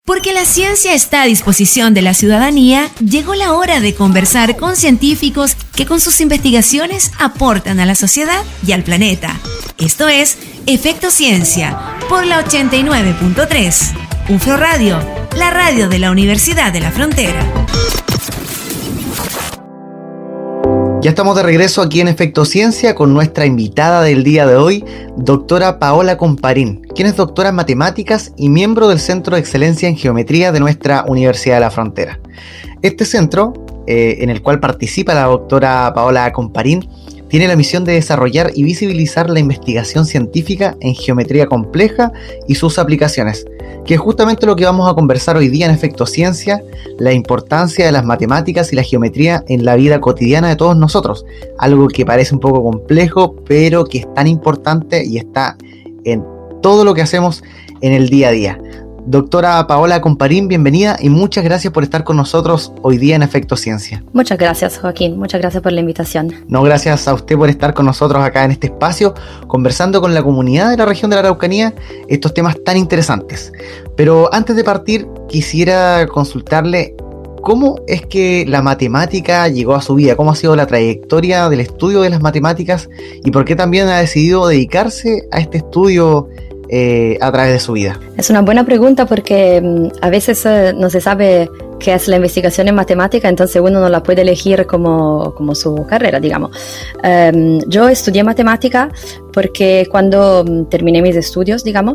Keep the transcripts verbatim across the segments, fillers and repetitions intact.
Porque la ciencia está a disposición de la ciudadanía, llegó la hora de conversar con científicos que con sus investigaciones aportan a la sociedad y al planeta. Esto es Efecto Ciencia, por la ochenta y nueve punto tres. U F R O Radio, la radio de la Universidad de la Frontera. Ya estamos de regreso aquí en Efecto Ciencia con nuestra invitada del día de hoy, doctora Paola Comparín, quien es doctora en matemáticas y miembro del Centro de Excelencia en Geometría de nuestra Universidad de la Frontera. Este centro, eh, en el cual participa la doctora Paola Comparín, tiene la misión de desarrollar y visibilizar la investigación científica en geometría compleja y sus aplicaciones, que es justamente lo que vamos a conversar hoy día en Efecto Ciencia, la importancia de las matemáticas y la geometría en la vida cotidiana de todos nosotros, algo que parece un poco complejo, pero que es tan importante y está en todo lo que hacemos en el día a día. Doctora Paola Comparín, bienvenida y muchas gracias por estar con nosotros hoy día en Efecto Ciencia. Muchas gracias, Joaquín. Muchas gracias por la invitación. No, gracias a usted por estar con nosotros acá en este espacio, conversando con la comunidad de la región de la Araucanía estos temas tan interesantes. Pero antes de partir, quisiera consultarle cómo es que la matemática llegó a su vida, cómo ha sido la trayectoria del estudio de las matemáticas y por qué también ha decidido dedicarse a este estudio Eh, a través de su vida. Es una buena pregunta porque um, a veces uh, no se sabe qué es la investigación en matemática, entonces uno no la puede elegir como, como su carrera, digamos. Um, yo estudié matemática porque cuando um, terminé mis estudios, digamos,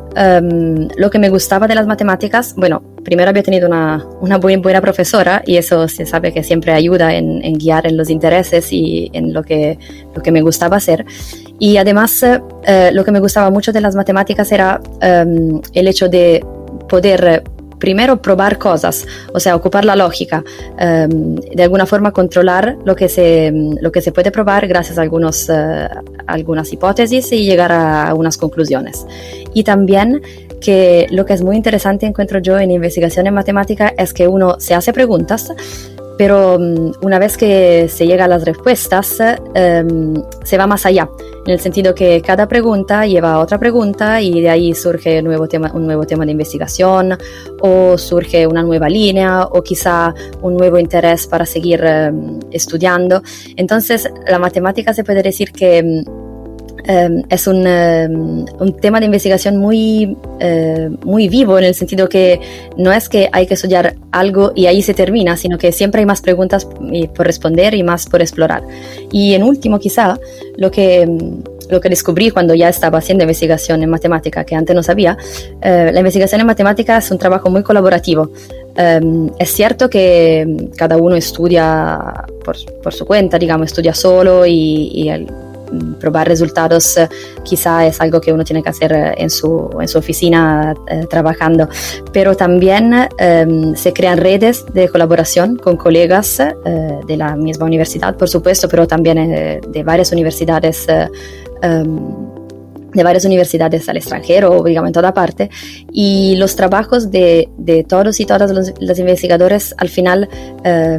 um, lo que me gustaba de las matemáticas, bueno, primero había tenido una, una muy buena profesora y eso se sabe que siempre ayuda en, en guiar en los intereses y en lo que, lo que me gustaba hacer. Y además uh, lo que me gustaba mucho de las matemáticas era um, el hecho de poder primero probar cosas, o sea, ocupar la lógica, um, de alguna forma controlar lo que se, lo que se puede probar gracias a algunos, uh, algunas hipótesis y llegar a unas conclusiones. Y también que lo que es muy interesante, encuentro yo, en investigación en matemática es que uno se hace preguntas, pero um, una vez que se llega a las respuestas, um, se va más allá, en el sentido que cada pregunta lleva a otra pregunta y de ahí surge un nuevo tema, un nuevo tema de investigación o surge una nueva línea o quizá un nuevo interés para seguir um, estudiando. Entonces, la matemática se puede decir que um, Um, es un, um, un tema de investigación muy, uh, muy vivo, en el sentido que no es que hay que estudiar algo y ahí se termina, sino que siempre hay más preguntas por responder y más por explorar. Y en último, quizá, lo que, um, lo que descubrí cuando ya estaba haciendo investigación en matemática, que antes no sabía, uh, la investigación en matemática es un trabajo muy colaborativo. Um, es cierto que cada uno estudia por, por su cuenta, digamos, estudia solo y, y el, probar resultados eh, quizá es algo que uno tiene que hacer eh, en, su, en su oficina eh, trabajando, pero también eh, se crean redes de colaboración con colegas eh, de la misma universidad, por supuesto, pero también eh, de varias universidades eh, um, de varias universidades al extranjero, digamos en toda parte, y los trabajos de, de todos y todas los, los investigadores al final eh,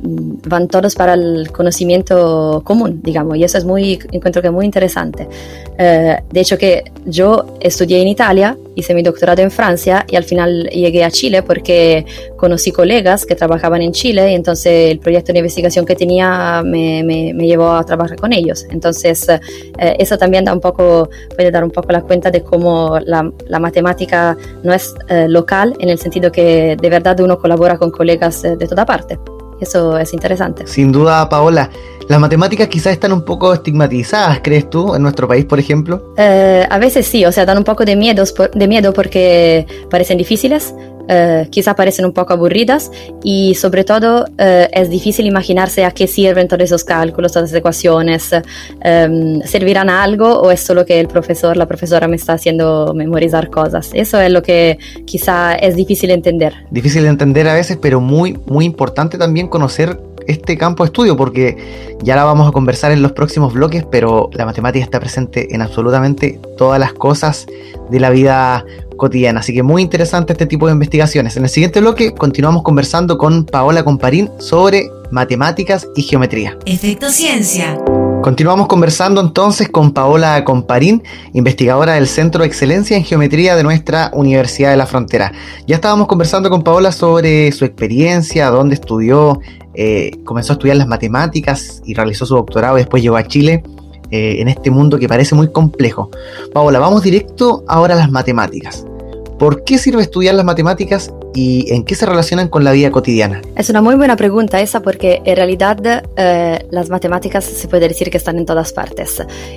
van todos para el conocimiento común, digamos, y eso es muy, encuentro que es muy interesante. Eh, de hecho que yo estudié en Italia, hice mi doctorado en Francia y al final llegué a Chile porque conocí colegas que trabajaban en Chile y entonces el proyecto de investigación que tenía me, me, me llevó a trabajar con ellos. Entonces eh, eso también da un poco, puede dar un poco la cuenta de cómo la, la matemática no es eh, local, en el sentido que de verdad uno colabora con colegas eh, de toda parte. Eso es interesante. Sin duda, Paola. Las matemáticas quizás están un poco estigmatizadas, ¿crees tú, en nuestro país, por ejemplo? Eh, a veces sí, o sea, dan un poco de miedo, de miedo porque parecen difíciles, eh, quizás parecen un poco aburridas y sobre todo eh, es difícil imaginarse a qué sirven todos esos cálculos, todas esas ecuaciones. Eh, ¿Servirán a algo o es solo que el profesor, la profesora me está haciendo memorizar cosas? Eso es lo que quizá es difícil de entender. Difícil de entender a veces, pero muy, muy importante también conocer este campo de estudio, porque ya la vamos a conversar en los próximos bloques, pero la matemática está presente en absolutamente todas las cosas de la vida cotidiana, así que muy interesante este tipo de investigaciones. En el siguiente bloque continuamos conversando con Paola Comparín sobre matemáticas y geometría. Efecto Ciencia, Continuamos conversando entonces con Paola Comparín, investigadora del Centro de Excelencia en Geometría de nuestra Universidad de la Frontera. Ya estábamos conversando con Paola sobre su experiencia, dónde estudió, eh, comenzó a estudiar las matemáticas y realizó su doctorado y después llegó a Chile eh, en este mundo que parece muy complejo. Paola, vamos directo ahora a las matemáticas. ¿Por qué sirve estudiar las matemáticas y en qué se relacionan con la vida cotidiana? Es una muy buena pregunta esa porque en realidad eh, las matemáticas se puede decir que están en todas partes.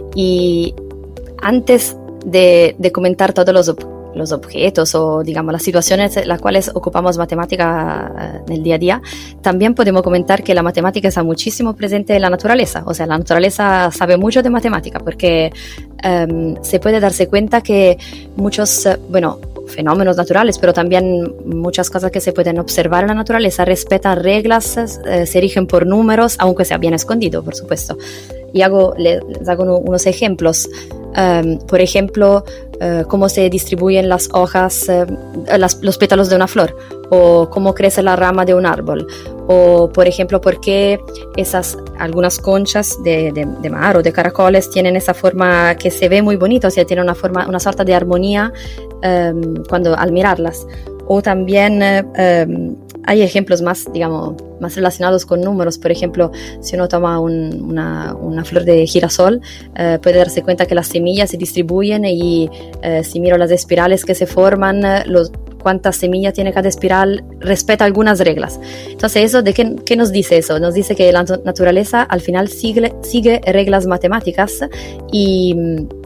Y antes de, de comentar todos los, los objetos o digamos las situaciones en las cuales ocupamos matemática en el día a día, también podemos comentar que la matemática está muchísimo presente en la naturaleza. O sea, la naturaleza sabe mucho de matemática porque um, se puede darse cuenta que muchos, bueno, fenómenos naturales, pero también muchas cosas que se pueden observar en la naturaleza respetan reglas, eh, se rigen por números, aunque sea bien escondido, por supuesto. Y hago, les hago unos ejemplos. Um, por ejemplo, uh, cómo se distribuyen las hojas, uh, las, los pétalos de una flor, o cómo crece la rama de un árbol, o por ejemplo, por qué esas, algunas conchas de, de, de mar o de caracoles tienen esa forma que se ve muy bonita, o sea, tienen una forma, una sorta de armonía um, cuando al mirarlas. O también uh, um, hay ejemplos más, digamos, más relacionados con números. Por ejemplo, si uno toma un, una, una flor de girasol, uh, puede darse cuenta que las semillas se distribuyen y uh, si miro las espirales que se forman, uh, los, cuántas semillas tiene cada espiral, respeta algunas reglas. Entonces, ¿eso de qué, qué nos dice eso? Nos dice que la naturaleza al final sigue, sigue reglas matemáticas y,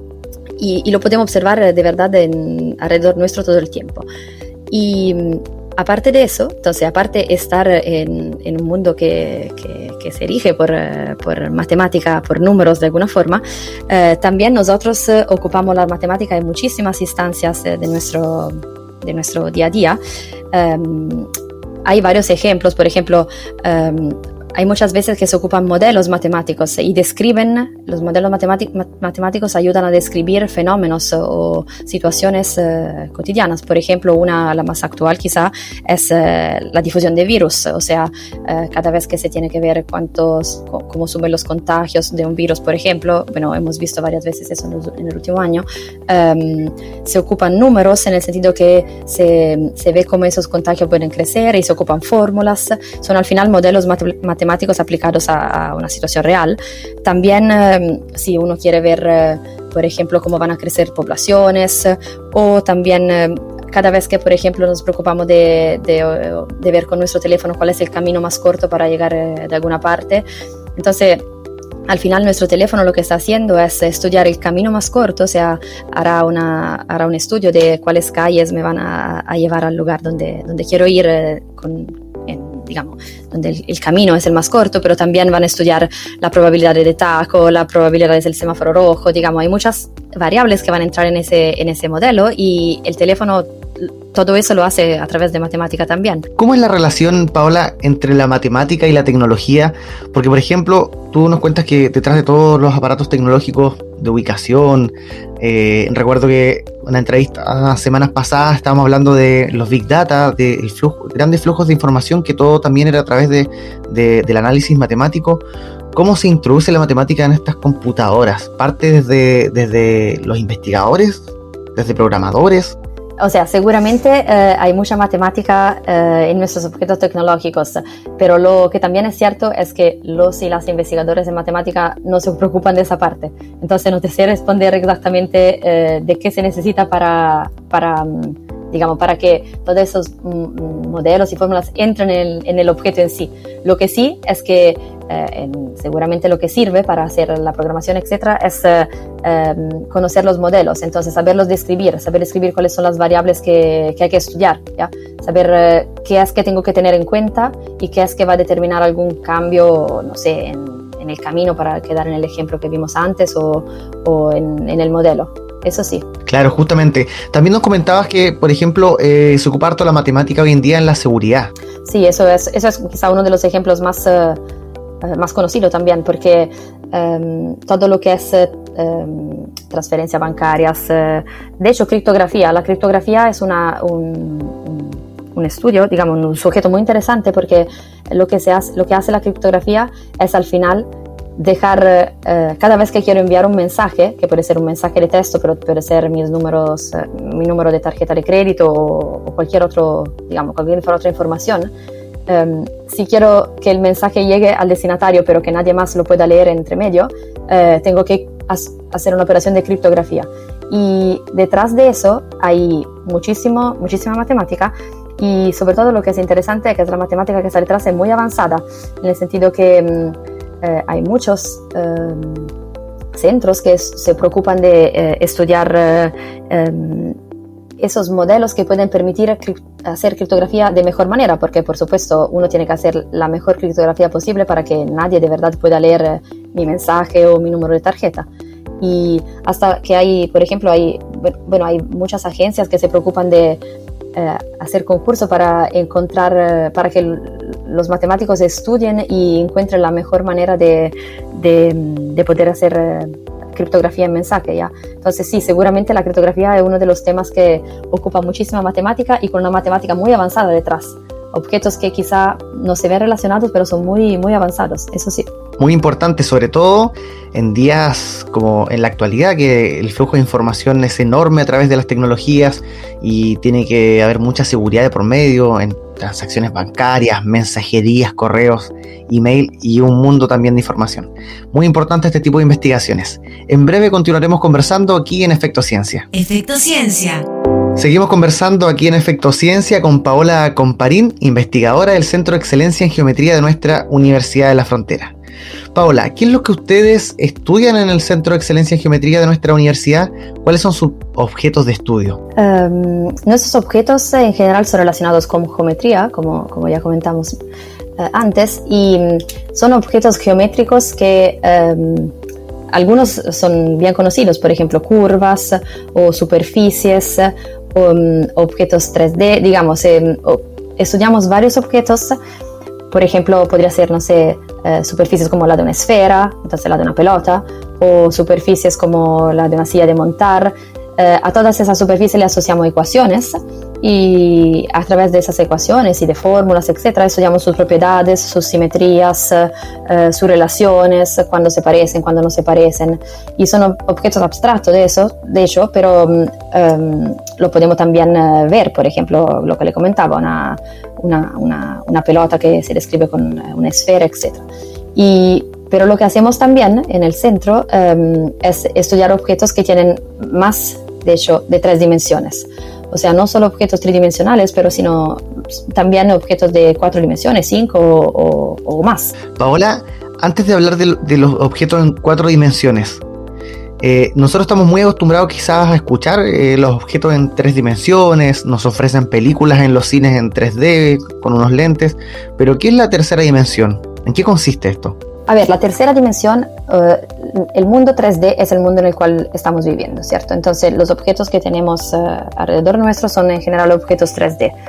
y, y lo podemos observar de verdad en, alrededor nuestro todo el tiempo. Y aparte de eso, entonces aparte de estar en, en un mundo que, que, que se rige por, por matemática, por números de alguna forma, eh, también nosotros eh, ocupamos la matemática en muchísimas instancias eh, de, nuestro, de nuestro día a día. Um, hay varios ejemplos, por ejemplo, um, hay muchas veces que se ocupan modelos matemáticos y describen, los modelos matemátic- matemáticos ayudan a describir fenómenos o situaciones eh, cotidianas. Por ejemplo, una, la más actual quizá, es eh, la difusión de virus. O sea, eh, cada vez que se tiene que ver cuántos, cómo suben los contagios de un virus, por ejemplo, bueno, hemos visto varias veces eso en el último año, um, se ocupan números en el sentido que se, se ve cómo esos contagios pueden crecer y se ocupan fórmulas. Son al final modelos matemáticos matemáticos aplicados a, a una situación real. También eh, si uno quiere ver, eh, por ejemplo, cómo van a crecer poblaciones, eh, o también eh, cada vez que, por ejemplo, nos preocupamos de, de, de ver con nuestro teléfono cuál es el camino más corto para llegar eh, de alguna parte. Entonces, al final nuestro teléfono lo que está haciendo es estudiar el camino más corto, o sea, hará, una, hará un estudio de cuáles calles me van a, a llevar al lugar donde, donde quiero ir eh, con digamos, donde el, el camino es el más corto, pero también van a estudiar la probabilidad de taco, la probabilidad del semáforo rojo, digamos, hay muchas variables que van a entrar en ese, en ese modelo y el teléfono todo eso lo hace a través de matemática también. ¿Cómo es la relación, Paola, entre la matemática y la tecnología? Porque, por ejemplo, tú nos cuentas que detrás de todos los aparatos tecnológicos de ubicación, eh, recuerdo que en una entrevista semanas pasadas estábamos hablando de los Big Data, de el flujo, grandes flujos de información, que todo también era a través de, de, del análisis matemático. ¿Cómo se introduce la matemática en estas computadoras? ¿Parte desde, desde los investigadores? ¿Desde programadores? O sea, seguramente eh, hay mucha matemática eh, en nuestros objetos tecnológicos, pero lo que también es cierto es que los y las investigadores de matemática no se preocupan de esa parte. Entonces no te sé responder exactamente eh, de qué se necesita para, para, digamos, para que todos esos mm, modelos y fórmulas entren en el, en el objeto en sí. Lo que sí es que eh, en, seguramente lo que sirve para hacer la programación, etcétera, es eh, eh, conocer los modelos, entonces saberlos describir, saber describir cuáles son las variables que, que hay que estudiar, ¿ya? Saber eh, qué es que tengo que tener en cuenta y qué es que va a determinar algún cambio, no sé, en, en el camino, para quedar en el ejemplo que vimos antes, o, o en, en el modelo. Eso sí. Claro, justamente. También nos comentabas que, por ejemplo, eh, se ocupa harto la matemática hoy en día en la seguridad. Sí, eso es, eso es quizá uno de los ejemplos más, uh, más conocidos también, porque um, todo lo que es um, transferencias bancarias, uh, de hecho, criptografía. La criptografía es una, un, un, un estudio, digamos, un sujeto muy interesante, porque lo que, se hace, lo que hace la criptografía es al final dejar, eh, cada vez que quiero enviar un mensaje, que puede ser un mensaje de texto, pero puede ser mis números, eh, mi número de tarjeta de crédito o, o cualquier otro, digamos, cualquier otra información, eh, si quiero que el mensaje llegue al destinatario, pero que nadie más lo pueda leer entre medio, eh, tengo que as- hacer una operación de criptografía. Y detrás de eso hay muchísimo, muchísima matemática. Y sobre todo lo que es interesante es que la matemática que está detrás es muy avanzada, en el sentido que eh, hay muchos eh, centros que es, se preocupan de eh, estudiar eh, eh, esos modelos que pueden permitir cri- hacer criptografía de mejor manera, porque por supuesto uno tiene que hacer la mejor criptografía posible para que nadie de verdad pueda leer eh, mi mensaje o mi número de tarjeta. Y hasta que hay, por ejemplo, hay, bueno, hay muchas agencias que se preocupan de Eh, hacer concurso para encontrar, eh, para que l- los matemáticos estudien y encuentren la mejor manera de, de, de poder hacer eh, criptografía en mensaje, ¿ya? Entonces sí, seguramente la criptografía es uno de los temas que ocupa muchísima matemática y con una matemática muy avanzada detrás. Objetos que quizá no se ven relacionados, pero son muy, muy avanzados, eso sí. Muy importante, sobre todo en días como en la actualidad, que el flujo de información es enorme a través de las tecnologías y tiene que haber mucha seguridad de por medio en transacciones bancarias, mensajerías, correos, email y un mundo también de información. Muy importante este tipo de investigaciones. En breve continuaremos conversando aquí en Efecto Ciencia. Efecto Ciencia. Seguimos conversando aquí en Efecto Ciencia con Paola Comparín, investigadora del Centro de Excelencia en Geometría de nuestra Universidad de la Frontera. Paola, ¿qué es lo que ustedes estudian en el Centro de Excelencia en Geometría de nuestra universidad? ¿Cuáles son sus objetos de estudio? Um, nuestros objetos eh, en general son relacionados con geometría, como, como ya comentamos eh, antes, y um, son objetos geométricos que um, algunos son bien conocidos, por ejemplo, curvas o superficies, o um, objetos tres D, digamos, eh, o, estudiamos varios objetos. Por ejemplo, podría ser, no sé, eh, superficies como la de una esfera, entonces la de una pelota, o superficies como la de una silla de montar. Eh, a todas esas superficies le asociamos ecuaciones y a través de esas ecuaciones y de fórmulas, etcétera, estudiamos sus propiedades, sus simetrías, eh, sus relaciones, cuándo se parecen, cuándo no se parecen. Y son objetos abstractos de eso, de hecho, pero um, lo podemos también uh, ver, por ejemplo, lo que le comentaba, una, una, una, una pelota que se describe con una esfera, etcétera. Y pero lo que hacemos también en el centro um, es estudiar objetos que tienen más, de hecho, de tres dimensiones. O sea, no solo objetos tridimensionales, pero sino también objetos de cuatro dimensiones, cinco o, o, o más. Paola, antes de hablar de, de los objetos en cuatro dimensiones, eh, nosotros estamos muy acostumbrados quizás a escuchar eh, los objetos en tres dimensiones, nos ofrecen películas en los cines en tres D con unos lentes, pero ¿qué es la tercera dimensión? ¿En qué consiste esto? A ver, la tercera dimensión, uh, el mundo tres D es el mundo en el cual estamos viviendo, ¿cierto? Entonces, los objetos que tenemos uh, alrededor nuestro son en general objetos tres D.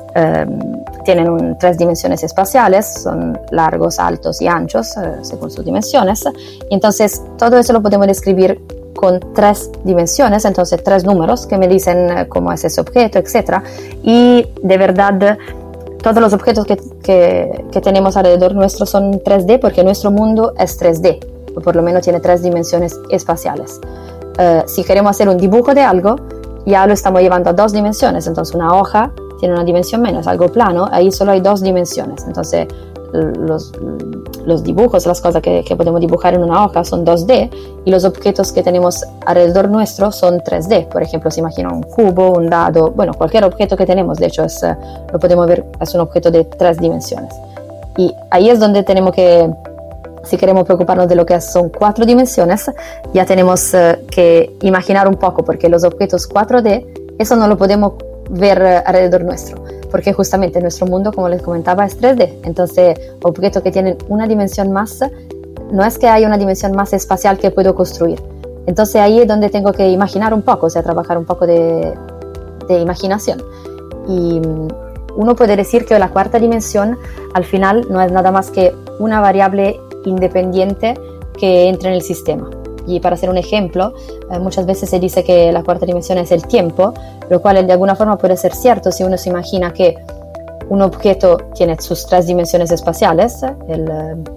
Um, tienen un, tres dimensiones espaciales, son largos, altos y anchos, uh, según sus dimensiones. Y entonces, todo eso lo podemos describir con tres dimensiones, entonces tres números que me dicen uh, cómo es ese objeto, etcétera. Y de verdad, todos los objetos que, que, que tenemos alrededor nuestro son tres D porque nuestro mundo es tres D, o por lo menos tiene tres dimensiones espaciales. Uh, si queremos hacer un dibujo de algo, ya lo estamos llevando a dos dimensiones, entonces una hoja tiene una dimensión menos, algo plano, ahí solo hay dos dimensiones, entonces los, los dibujos, las cosas que, que podemos dibujar en una hoja son dos D y los objetos que tenemos alrededor nuestro son tres D. Por ejemplo, se imagina un cubo, un dado, bueno, cualquier objeto que tenemos, de hecho es, lo podemos ver, es un objeto de tres dimensiones. Y ahí es donde tenemos que, si queremos preocuparnos de lo que son cuatro dimensiones, ya tenemos uh, que imaginar un poco, porque los objetos cuatro D, eso no lo podemos ver uh, alrededor nuestro, porque justamente nuestro mundo, como les comentaba, es tres D. Entonces, objetos que tienen una dimensión más, no es que haya una dimensión más espacial que puedo construir. Entonces ahí es donde tengo que imaginar un poco, o sea, trabajar un poco de, de imaginación. Y uno puede decir que la cuarta dimensión al final no es nada más que una variable independiente que entra en el sistema. Y para hacer un ejemplo, eh, muchas veces se dice que la cuarta dimensión es el tiempo, lo cual de alguna forma puede ser cierto si uno se imagina que un objeto tiene sus tres dimensiones espaciales, el,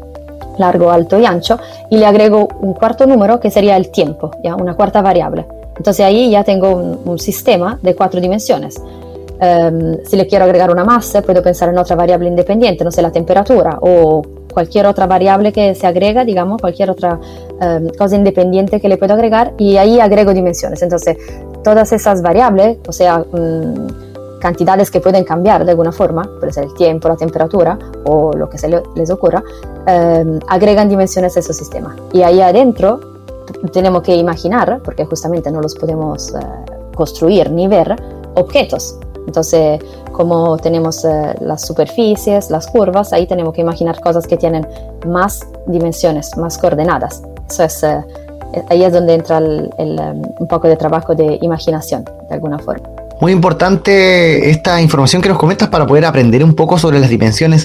largo, alto y ancho, y le agrego un cuarto número que sería el tiempo, ¿ya? Una cuarta variable. Entonces ahí ya tengo un, un sistema de cuatro dimensiones. Um, si le quiero agregar una masa, puedo pensar en otra variable independiente, no sé, la temperatura o cualquier otra variable que se agrega, digamos, cualquier otra um, cosa independiente que le puedo agregar, y ahí agrego dimensiones. Entonces todas esas variables, o sea, um, cantidades que pueden cambiar de alguna forma, puede ser el tiempo, la temperatura o lo que se le, les ocurra, eh, agregan dimensiones a ese sistema. Y ahí adentro tenemos que imaginar, porque justamente no los podemos eh, construir ni ver, objetos. Entonces, como tenemos eh, las superficies, las curvas, ahí tenemos que imaginar cosas que tienen más dimensiones, más coordenadas. Eso es, eh, ahí es donde entra el, el, um, un poco de trabajo de imaginación, de alguna forma. Muy importante esta información que nos comentas para poder aprender un poco sobre las dimensiones.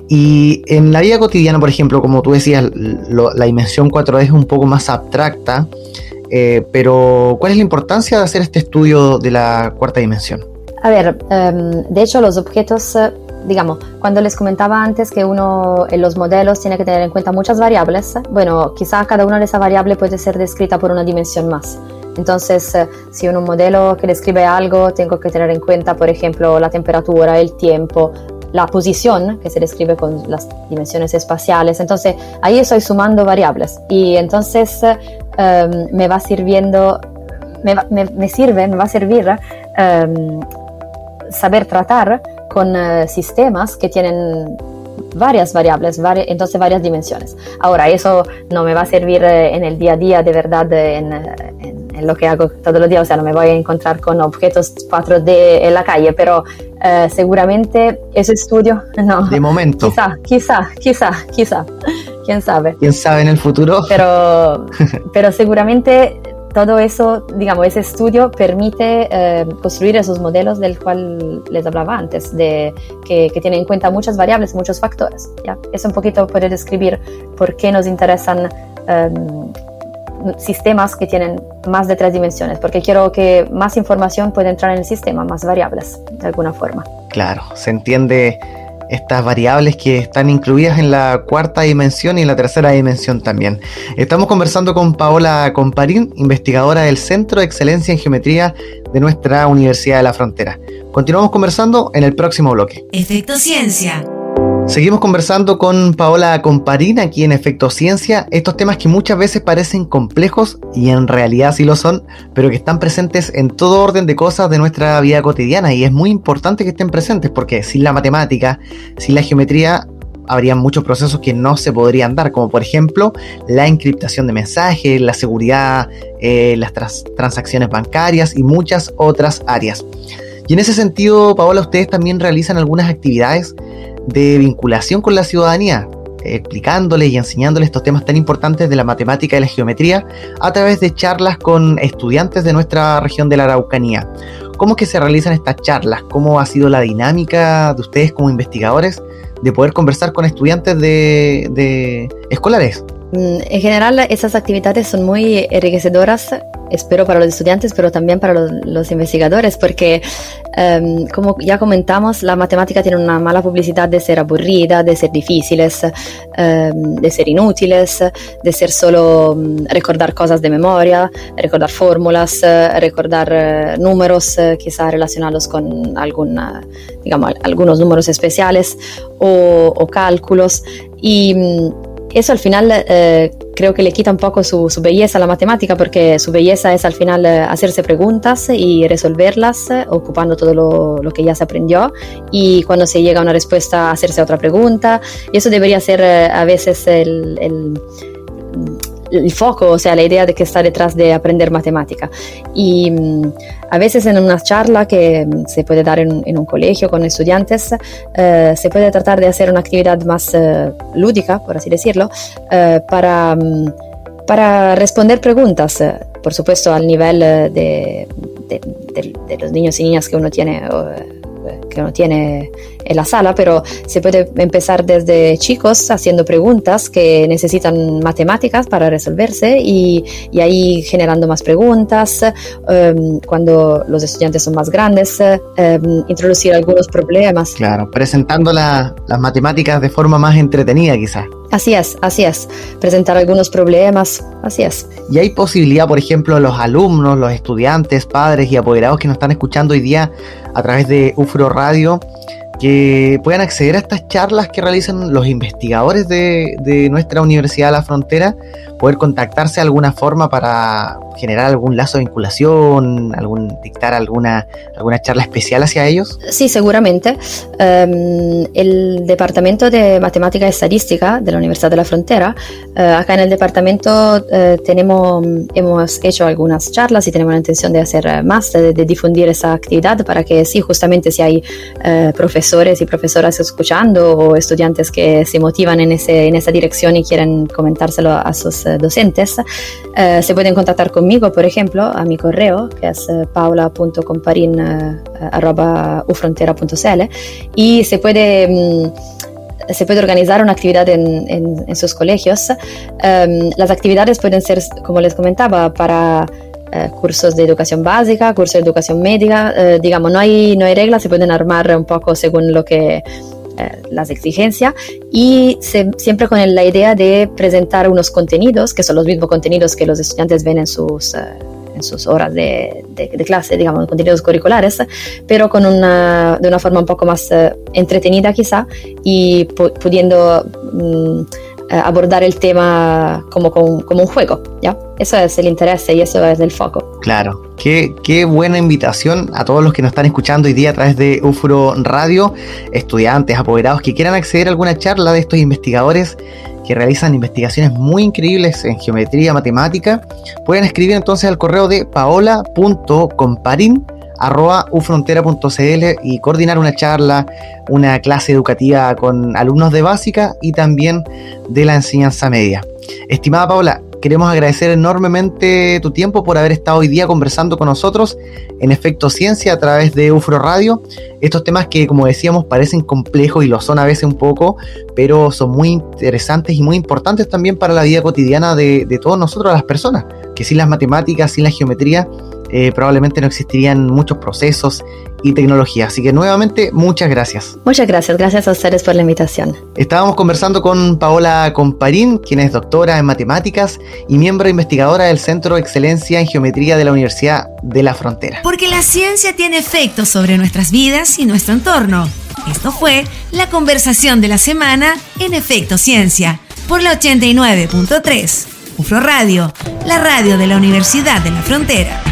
Y en la vida cotidiana, por ejemplo, como tú decías, lo, la dimensión cuatro D es un poco más abstracta, eh, pero ¿cuál es la importancia de hacer este estudio de la cuarta dimensión? A ver, um, de hecho los objetos, digamos, cuando les comentaba antes que uno en los modelos tiene que tener en cuenta muchas variables, bueno, quizá cada una de esas variables puede ser descrita por una dimensión más. Entonces, eh, si en un modelo que describe algo, tengo que tener en cuenta, por ejemplo, la temperatura, el tiempo, la posición, que se describe con las dimensiones espaciales. Entonces, ahí estoy sumando variables y entonces eh, me va sirviendo, me, va, me, me sirve, me va a servir eh, saber tratar con eh, sistemas que tienen varias variables, vari- entonces varias dimensiones. Ahora, eso no me va a servir eh, en el día a día, de verdad, en, en, en lo que hago todos los días, o sea, no me voy a encontrar con objetos cuatro D en la calle, pero eh, seguramente ese estudio, no. De momento. Quizá, quizá, quizá, quizá, quién sabe. ¿Quién sabe en el futuro? Pero, pero seguramente todo eso, digamos, ese estudio permite eh, construir esos modelos del cual les hablaba antes, de, que, que tienen en cuenta muchas variables, muchos factores. ¿Ya? Es un poquito poder describir por qué nos interesan eh, sistemas que tienen más de tres dimensiones, porque quiero que más información pueda entrar en el sistema, más variables, de alguna forma. Claro, se entiende estas variables que están incluidas en la cuarta dimensión y en la tercera dimensión también. Estamos conversando con Paola Comparín, investigadora del Centro de Excelencia en Geometría de nuestra Universidad de la Frontera. Continuamos conversando en el próximo bloque. Efecto Ciencia. Seguimos conversando con Paola Comparín aquí en Efecto Ciencia, estos temas que muchas veces parecen complejos y en realidad sí lo son, pero que están presentes en todo orden de cosas de nuestra vida cotidiana, y es muy importante que estén presentes porque sin la matemática, sin la geometría, habría muchos procesos que no se podrían dar, como por ejemplo la encriptación de mensajes, la seguridad, eh, las trans- transacciones bancarias y muchas otras áreas. Y en ese sentido, Paola, ustedes también realizan algunas actividades de vinculación con la ciudadanía, eh, explicándoles y enseñándoles estos temas tan importantes de la matemática y la geometría a través de charlas con estudiantes de nuestra región de la Araucanía. ¿Cómo es que se realizan estas charlas? ¿Cómo ha sido la dinámica de ustedes como investigadores de poder conversar con estudiantes de, de escolares? En general, esas actividades son muy enriquecedoras, espero para los estudiantes, pero también para los, los investigadores, porque, um, como ya comentamos, la matemática tiene una mala publicidad de ser aburrida, de ser difíciles, um, de ser inútiles, de ser solo um, recordar cosas de memoria, recordar fórmulas, uh, recordar uh, números, uh, quizá relacionados con alguna, digamos, algunos números especiales o, o cálculos. Y um, eso al final eh, creo que le quita un poco su, su belleza a la matemática, porque su belleza es al final eh, hacerse preguntas y resolverlas, eh, ocupando todo lo, lo que ya se aprendió, y cuando se llega a una respuesta hacerse otra pregunta, y eso debería ser eh, a veces el, el, el foco, o sea, la idea de que está detrás de aprender matemática. Y mm, a veces en una charla que se puede dar en, en un colegio con estudiantes, eh, se puede tratar de hacer una actividad más eh, lúdica, por así decirlo, eh, para, para responder preguntas, eh, por supuesto al nivel de, de, de, de los niños y niñas que uno tiene, eh, que uno tiene en la sala, pero se puede empezar desde chicos haciendo preguntas que necesitan matemáticas para resolverse, y, y ahí generando más preguntas. Um, cuando los estudiantes son más grandes, um, introducir algunos problemas. Claro, presentando la, las matemáticas de forma más entretenida quizás. Así es, así es. Presentar algunos problemas, así es. ¿Y hay posibilidad, por ejemplo, los alumnos, los estudiantes, padres y apoderados que nos están escuchando hoy día a través de U F R O Radio, que puedan acceder a estas charlas que realizan los investigadores de, de nuestra Universidad de la Frontera, poder contactarse de alguna forma para generar algún lazo de vinculación, algún dictar alguna, alguna charla especial hacia ellos? Sí, seguramente. Um, el Departamento de Matemática y Estadística de la Universidad de la Frontera, uh, acá en el departamento uh, tenemos, hemos hecho algunas charlas y tenemos la intención de hacer más, de, de difundir esa actividad para que sí, justamente si hay uh, profesores y profesoras escuchando o estudiantes que se motivan en, ese, en esa dirección y quieren comentárselo a sus uh, docentes, uh, se pueden contactar conmigo, por ejemplo, a mi correo, que es uh, paola punto comparin arroba u frontera punto c l, y se puede... Um, se puede organizar una actividad en, en, en sus colegios. Um, las actividades pueden ser, como les comentaba, para uh, cursos de educación básica, cursos de educación médica, uh, digamos, no hay, no hay reglas, se pueden armar un poco según lo que uh, las exigencias, y se, siempre con la idea de presentar unos contenidos, que son los mismos contenidos que los estudiantes ven en sus... Uh, en sus horas de, de, de clase, digamos, contenidos curriculares, pero con una, de una forma un poco más uh, entretenida quizá, y pu- pudiendo um, abordar el tema como, como, como un juego, ¿ya? Eso es el interés y eso es el foco. Claro, qué, qué buena invitación a todos los que nos están escuchando hoy día a través de U F R O Radio, estudiantes, apoderados que quieran acceder a alguna charla de estos investigadores que realizan investigaciones muy increíbles en geometría, matemática. Pueden escribir entonces al correo de paola punto comparin arroba u frontera punto c l y coordinar una charla, una clase educativa con alumnos de básica y también de la enseñanza media. Estimada Paola, queremos agradecer enormemente tu tiempo por haber estado hoy día conversando con nosotros en Efecto Ciencia a través de U F R O Radio. Estos temas que, como decíamos, parecen complejos y lo son a veces un poco, pero son muy interesantes y muy importantes también para la vida cotidiana de, de todos nosotros, las personas, que sin las matemáticas, sin la geometría, eh, probablemente no existirían muchos procesos y tecnología. Así que nuevamente, muchas gracias. Muchas gracias, gracias a ustedes por la invitación. Estábamos conversando con Paola Comparin, quien es doctora en matemáticas y miembro investigadora del Centro de Excelencia en Geometría de la Universidad de la Frontera. Porque la ciencia tiene efectos sobre nuestras vidas y nuestro entorno. Esto fue la conversación de la semana en Efecto Ciencia, por la ochenta y nueve punto tres. U F R O Radio, la radio de la Universidad de la Frontera.